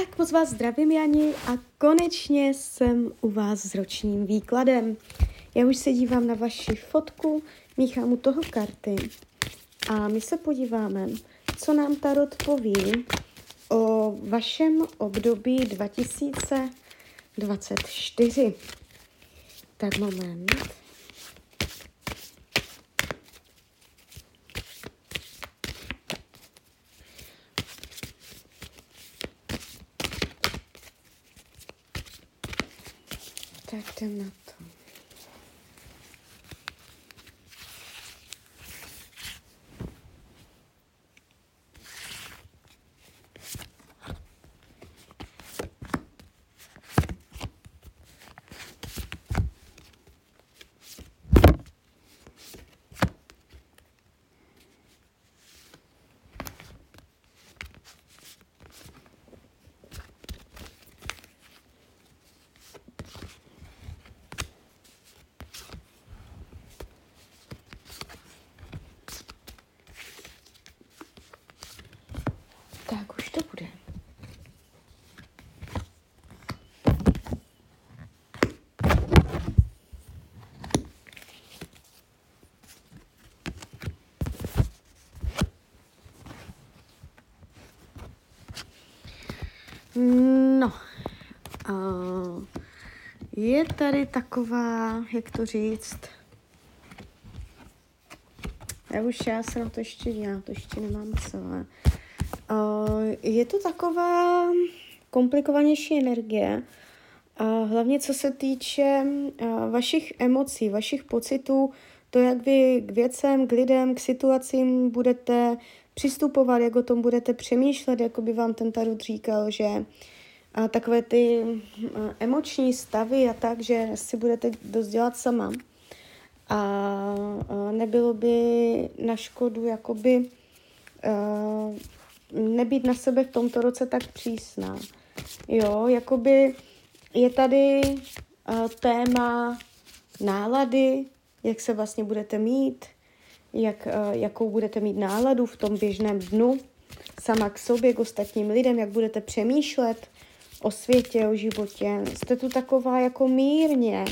Tak moc vás zdravím, Jani, a konečně jsem u vás s ročním výkladem. Já už se dívám na vaši fotku, míchám u toho karty a my se podíváme, co nám tarot poví o vašem období 2024. Tak moment. Tak jdem na to. Tak už to bude. No, je tady taková, jak to říct, já se na to ještě dívám, to ještě nemám celé. Je to taková komplikovanější energie, hlavně co se týče vašich emocí, vašich pocitů, to, jak vy k věcem, k lidem, k situacím budete přistupovat, jak o tom budete přemýšlet, jako by vám ten tarot říkal, že takové ty emoční stavy a tak, že si budete dost dělat sama. A nebylo by na škodu jakoby nebýt na sebe v tomto roce tak přísná. Jo, jakoby je tady téma nálady, jak se vlastně budete mít, jakou budete mít náladu v tom běžném dnu, sama k sobě, k ostatním lidem, jak budete přemýšlet o světě, o životě. Jste tu taková jako mírně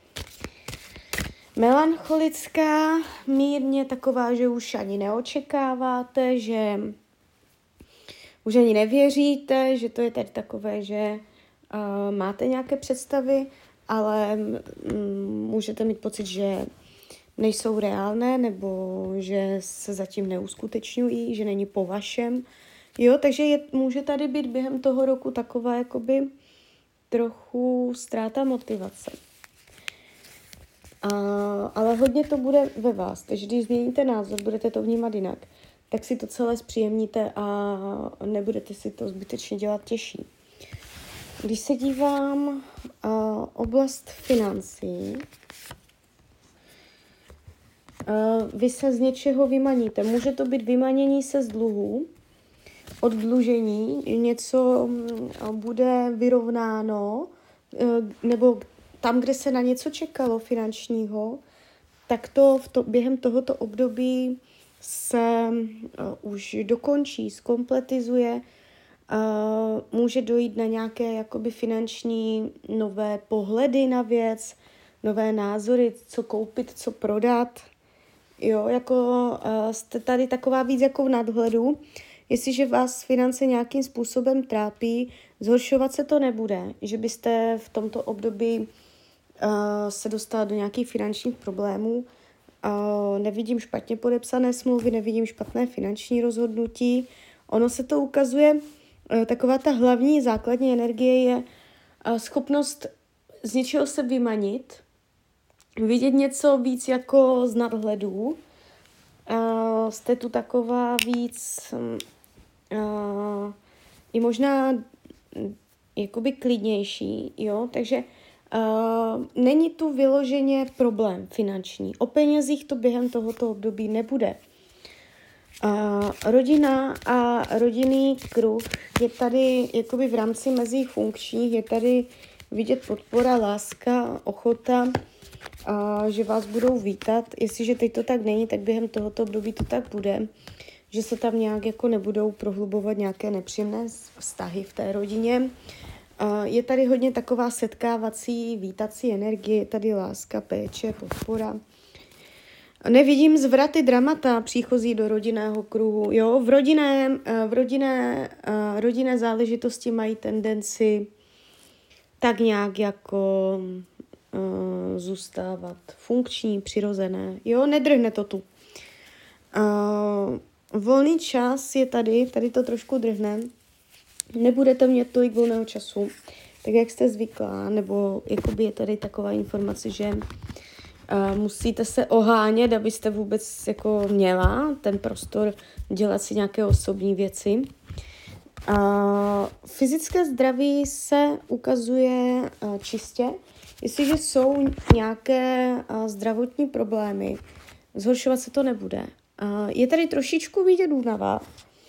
melancholická, mírně taková, že už ani neočekáváte, že už ani nevěříte, že to je tady takové, že máte nějaké představy, ale můžete mít pocit, že nejsou reálné, nebo že se zatím neuskutečňují, že není po vašem. Jo, takže může tady být během toho roku taková jakoby trochu ztráta motivace. Ale hodně to bude ve vás, takže když změníte názor, budete to vnímat jinak, tak si to celé zpříjemníte a nebudete si to zbytečně dělat těžší. Když se dívám oblast financí, vy se z něčeho vymaníte. Může to být vymanění se z dluhů, oddlužení, něco bude vyrovnáno, nebo tam, kde se na něco čekalo finančního, tak během tohoto období se už dokončí, zkompletizuje, může dojít na nějaké jakoby finanční nové pohledy na věc, nové názory, co koupit, co prodat. Jo, jako jste tady taková víc jako v nadhledu. Jestliže vás finance nějakým způsobem trápí, zhoršovat se to nebude, že byste v tomto období se dostala do nějakých finančních problémů. Nevidím špatně podepsané smlouvy, nevidím špatné finanční rozhodnutí. Ono se to ukazuje, taková ta hlavní základní energie je schopnost z něčeho se vymanit, vidět něco víc jako z nadhledu. Jste tu taková víc i možná jakoby klidnější, jo, takže není tu vyloženě problém finanční. O penězích to během tohoto období nebude. Rodina a rodinný kruh je tady jakoby v rámci mezí funkčních, je tady vidět podpora, láska, ochota, že vás budou vítat. Jestliže teď to tak není, tak během tohoto období to tak bude. že se tam nějak jako nebudou prohlubovat nějaké nepříjemné vztahy v té rodině. Je tady hodně taková setkávací, vítací energie, je tady láska, péče, podpora. Nevidím zvraty, dramata příchozí do rodinného kruhu. Jo? V rodinné záležitosti mají tendenci tak nějak jako zůstávat funkční, přirozené. Jo, nedrhne to tu. Volný čas je tady to trošku drhne. Nebudete mít tolik volného času, tak jak jste zvyklá, nebo jakoby je tady taková informace, že musíte se ohánět, abyste vůbec jako měla ten prostor dělat si nějaké osobní věci. Fyzické zdraví se ukazuje čistě. Jestliže jsou nějaké zdravotní problémy, zhoršovat se to nebude. Je tady trošičku vidět únava.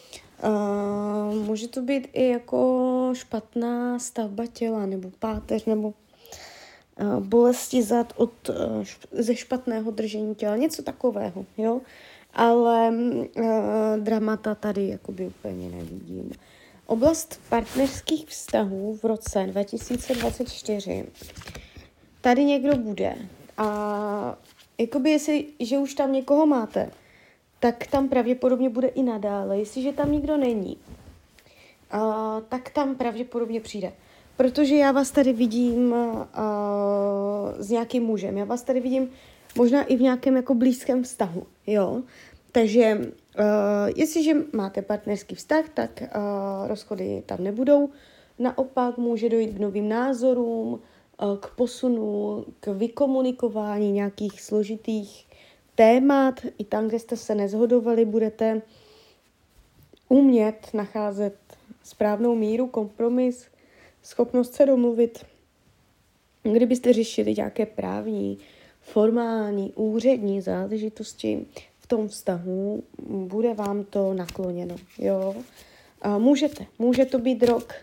Může to být i jako špatná stavba těla, nebo páteř, nebo bolesti zad ze špatného držení těla, něco takového, jo. Ale dramata tady jakoby úplně nevidím. Oblast partnerských vztahů v roce 2024. Tady někdo bude. A jakoby že už tam někoho máte, tak tam pravděpodobně bude i nadále. Jestliže tam nikdo není, tak tam pravděpodobně přijde. Protože já vás tady vidím s nějakým mužem. Já vás tady vidím možná i v nějakém jako blízkém vztahu. Jo? Takže jestliže máte partnerský vztah, tak rozchody tam nebudou. Naopak může dojít k novým názorům, k posunu, k vykomunikování nějakých složitých témat. I tam, kde jste se neshodovali, budete umět nacházet správnou míru, kompromis, schopnost se domluvit. Kdybyste řešili nějaké právní, formální, úřední záležitosti v tom vztahu, bude vám to nakloněno. Jo? Může to být rok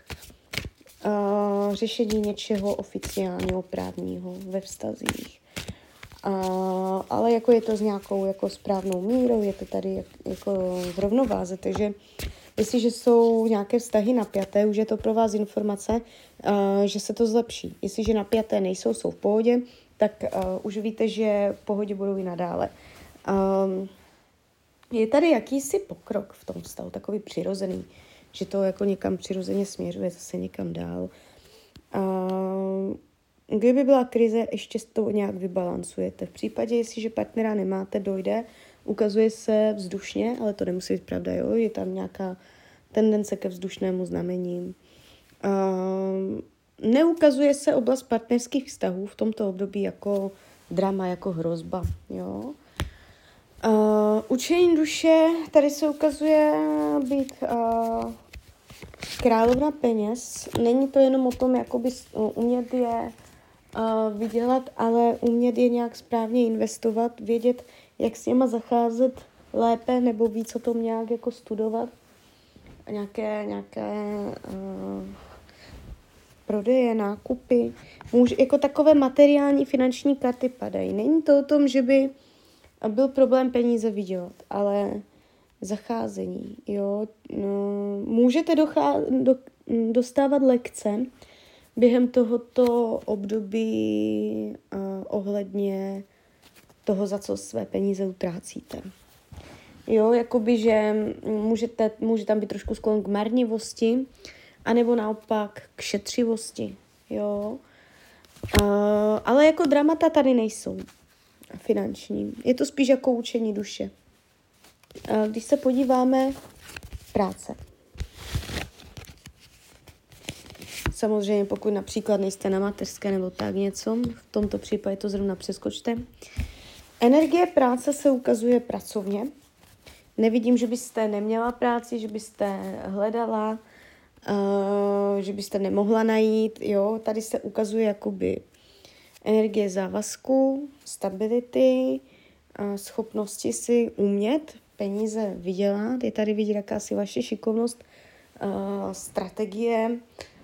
řešení něčeho oficiálního, právního ve vztazích. Ale jako je to s nějakou jako správnou mírou, je to tady jako v rovnováze, takže jestliže jsou nějaké vztahy napjaté, už je to pro vás informace, že se to zlepší. Jestliže napjaté nejsou, jsou v pohodě, tak už víte, že v pohodě budou i nadále. Je tady jakýsi pokrok v tom vztahu, takový přirozený, že to jako někam přirozeně směřuje, zase někam dál. Kdyby byla krize, ještě to nějak vybalancujete. V případě, jestliže partnera nemáte, dojde, ukazuje se vzdušně, ale to nemusí být pravda, jo? Je tam nějaká tendence ke vzdušnému znamení. Neukazuje se oblast partnerských vztahů v tomto období jako drama, jako hrozba, jo? Učení duše, tady se ukazuje být královna peněz. Není to jenom o tom, jakoby umět je vydělat, ale umět je nějak správně investovat, vědět, jak s něma zacházet lépe, nebo víc o tom nějak jako studovat. Nějaké prodeje, nákupy. Jako takové materiální finanční karty padají. Není to o tom, že by byl problém peníze vydělat, ale zacházení. Jo? Můžete dostávat lekce během tohoto období ohledně toho, za co své peníze utrácíte. Jo, jakoby, že může tam být trošku sklon k marnivosti, anebo naopak k šetřivosti. Jo? Ale jako dramata tady nejsou finanční. Je to spíš jako učení duše. Když se podíváme, práce. Samozřejmě, pokud například nejste na mateřské nebo tak něco, v tomto případě to zrovna přeskočte. Energie práce se ukazuje pracovně. Nevidím, že byste neměla práci, že byste hledala, že byste nemohla najít. Jo? Tady se ukazuje jakoby energie závazku, stability, schopnosti si umět peníze vydělat. Je tady vidět jakási vaše šikovnost, strategie,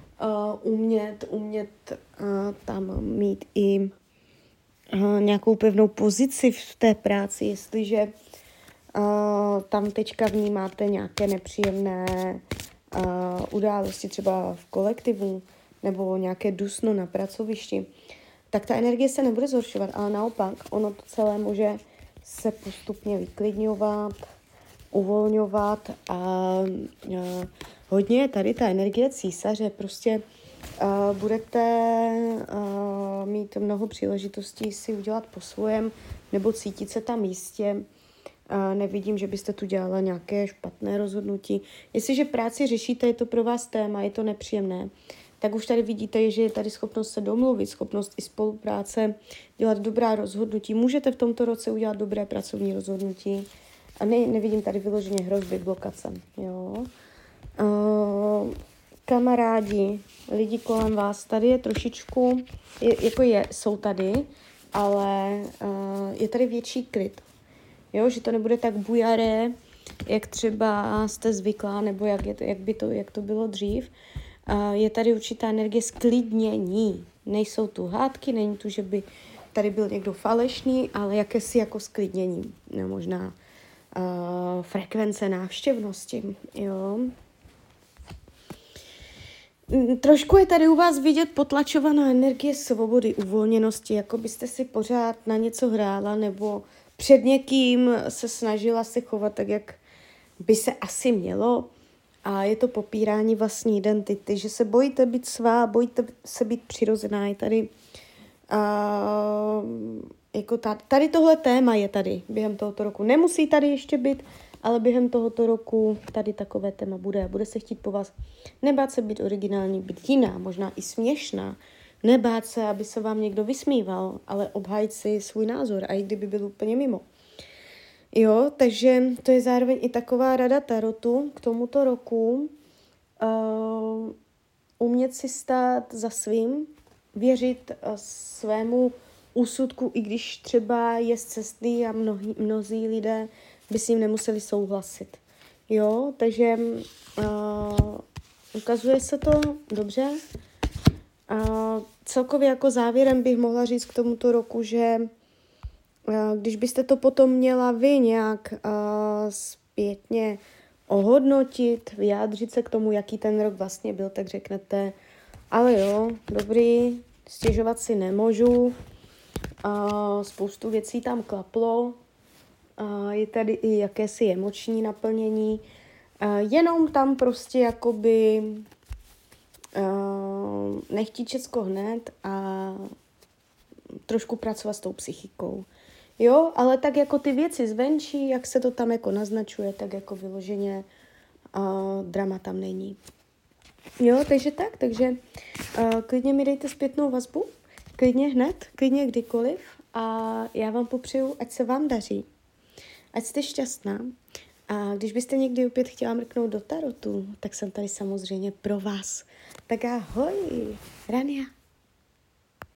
umět tam mít i nějakou pevnou pozici v té práci, jestliže tam teďka vnímáte nějaké nepříjemné události třeba v kolektivu nebo nějaké dusno na pracovišti, tak ta energie se nebude zhoršovat, ale naopak ono to celé může se postupně vyklidňovat, uvolňovat a hodně je tady ta energie císaře, prostě budete mít mnoho příležitostí si udělat po svém nebo cítit se tam jistě. Nevidím, že byste tu dělala nějaké špatné rozhodnutí. Jestliže práci řešíte, je to pro vás téma, je to nepříjemné, tak už tady vidíte, že je tady schopnost se domluvit, schopnost i spolupráce, dělat dobrá rozhodnutí. Můžete v tomto roce udělat dobré pracovní rozhodnutí. A nevidím tady vyloženě hrozby, blokace. Jo. Kamarádi, lidi kolem vás, tady je trošičku, jsou tady, ale je tady větší klid. Jo, že to nebude tak bujaré, jak třeba jste zvyklá, nebo jak to bylo dřív. Je tady určitá energie sklidnění. Nejsou tu hádky, není tu, že by tady byl někdo falešný, ale jakési jako sklidnění. No, možná frekvence návštěvnosti. Jo. Trošku je tady u vás vidět potlačovaná energie svobody, uvolněnosti, jako byste si pořád na něco hrála nebo před někým se snažila se chovat tak, jak by se asi mělo. A je to popírání vlastní identity, že se bojíte být svá, bojíte se být přirozená. Je tady, tady tohle téma je tady během tohoto roku. Nemusí tady ještě být, ale během tohoto roku tady takové téma bude. Bude se chtít po vás nebát se být originální, být jiná, možná i směšná. Nebát se, aby se vám někdo vysmíval, ale obhájit si svůj názor, a i kdyby byl úplně mimo. Jo, takže to je zároveň i taková rada tarotu k tomuto roku. Umět si stát za svým, věřit svému úsudku, i když třeba je z cesty a mnozí lidé by s ním nemuseli souhlasit. Jo, takže ukazuje se to dobře. Celkově jako závěrem bych mohla říct k tomuto roku, že když byste to potom měla vy nějak zpětně ohodnotit, vyjádřit se k tomu, jaký ten rok vlastně byl, tak řeknete, ale jo, dobrý, stěžovat si nemůžu, spoustu věcí tam klaplo, je tady i jakési emoční naplnění, jenom tam prostě jakoby nechtít všecko hned a trošku pracovat s tou psychikou. Jo, ale tak jako ty věci zvenčí, jak se to tam jako naznačuje, tak jako vyloženě drama tam není. Jo, takže klidně mi dejte zpětnou vazbu, klidně hned, klidně kdykoliv a já vám popřeju, ať se vám daří, ať jste šťastná a když byste někdy opět chtěla mrknout do tarotu, tak jsem tady samozřejmě pro vás. Tak ahoj, Rania.